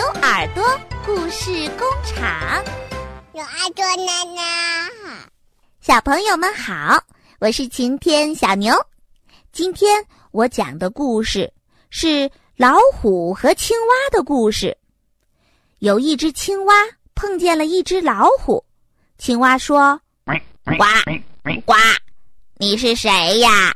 牛耳朵故事工厂， 有耳朵奶奶。 小朋友们好，我是晴天小牛。今天我讲的故事是老虎和青蛙的故事。有一只青蛙碰见了一只老虎，青蛙说：呱呱，你是谁呀？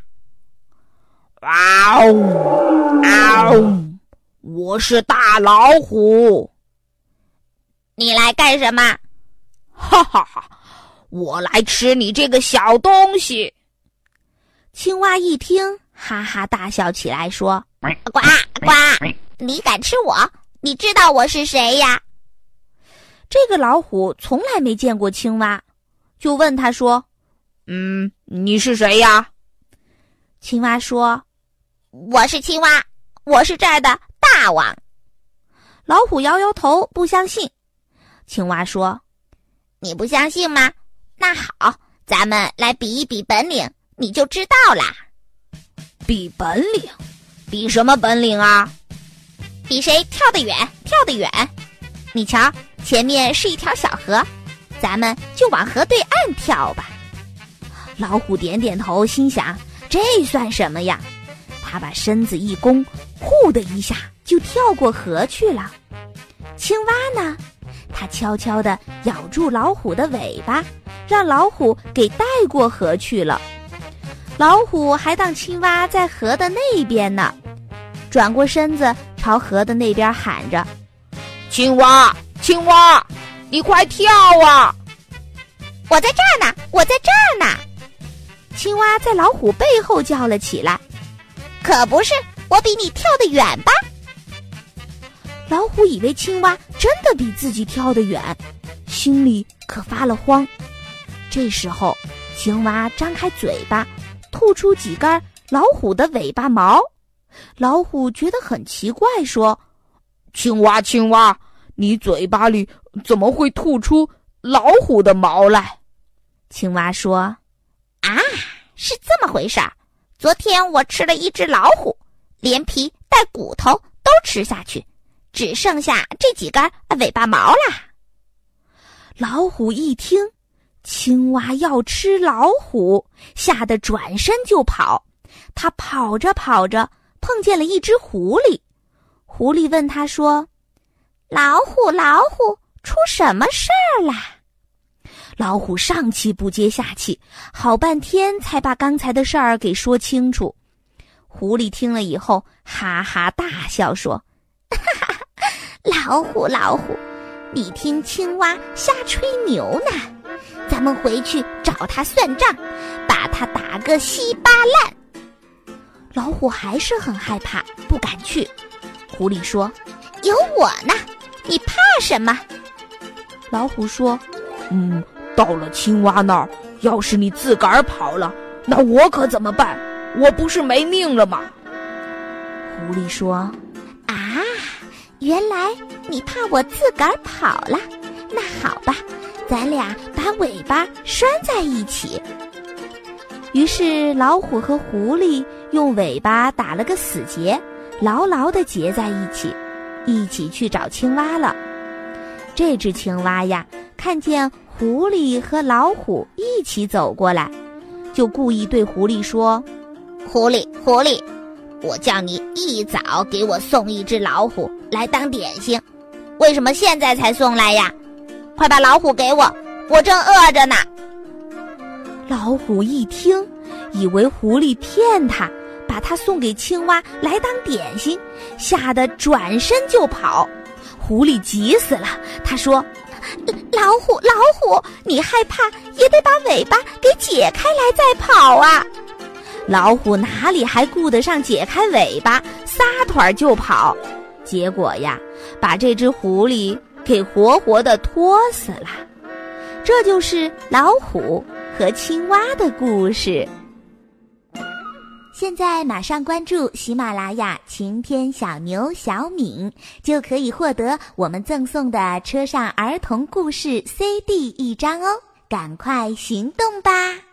嗷嗷，我是大老虎。 你来干什么？ 哈哈哈，我来吃你这个小东西。 青蛙一听，哈哈大笑起来，说：呱呱，你敢吃我？你知道我是谁呀？这个老虎从来没见过青蛙，就问他说： 你是谁呀？ 青蛙说：我是青蛙，我是这儿的大王。老虎摇摇头，不相信。青蛙说：你不相信吗？那好，咱们来比一比本领，你就知道啦。 比本领？比什么本领啊？ 比谁跳得远，跳得远。你瞧，前面是一条小河，咱们就往河对岸跳吧。老虎点点头，心想，这算什么呀？他把身子一弓，呼的一下就跳过河去了。青蛙呢？它悄悄地咬住老虎的尾巴，让老虎给带过河去了。老虎还当青蛙在河的那边呢，转过身子朝河的那边喊着： 青蛙，青蛙，你快跳啊！ 我在这儿呢，我在这儿呢。青蛙在老虎背后叫了起来：可不是，我比你跳得远吧？老虎以为青蛙真的比自己跳得远，心里可发了慌。这时候青蛙张开嘴巴，吐出几根老虎的尾巴毛。老虎觉得很奇怪，说： 青蛙，青蛙，你嘴巴里怎么会吐出老虎的毛来？ 青蛙说：啊，是这么回事儿。昨天我吃了一只老虎，连皮带骨头都吃下去，只剩下这几根尾巴毛啦。老虎一听青蛙要吃老虎，吓得转身就跑。他跑着跑着，碰见了一只狐狸。狐狸问他说：老虎，老虎，出什么事儿啦？老虎上气不接下气，好半天才把刚才的事儿给说清楚。狐狸听了以后，哈哈大笑说：哈哈，老虎，老虎，你听青蛙瞎吹牛呢。咱们回去找他算账，把他打个稀巴烂。老虎还是很害怕，不敢去。狐狸说：有我呢，你怕什么？老虎说： 到了青蛙那儿，要是你自个儿跑了，那我可怎么办？我不是没命了吗？ 狐狸说：啊，原来你怕我自个儿跑了，那好吧，咱俩把尾巴拴在一起。于是老虎和狐狸用尾巴打了个死结，牢牢地结在一起，一起去找青蛙了。这只青蛙呀，看见狐狸和老虎一起走过来，就故意对狐狸说：狐狸，狐狸，我叫你一早给我送一只老虎来当点心，为什么现在才送来呀？快把老虎给我，我正饿着呢。老虎一听，以为狐狸骗他，把他送给青蛙来当点心，吓得转身就跑。狐狸急死了，他说：老虎，老虎，你害怕也得把尾巴给解开来再跑啊。老虎哪里还顾得上解开尾巴，撒腿就跑，结果呀，把这只狐狸给活活地拖死了。这就是老虎和青蛙的故事。现在马上关注喜马拉雅晴天小牛小敏，就可以获得我们赠送的车上儿童故事 CD 一张哦，赶快行动吧！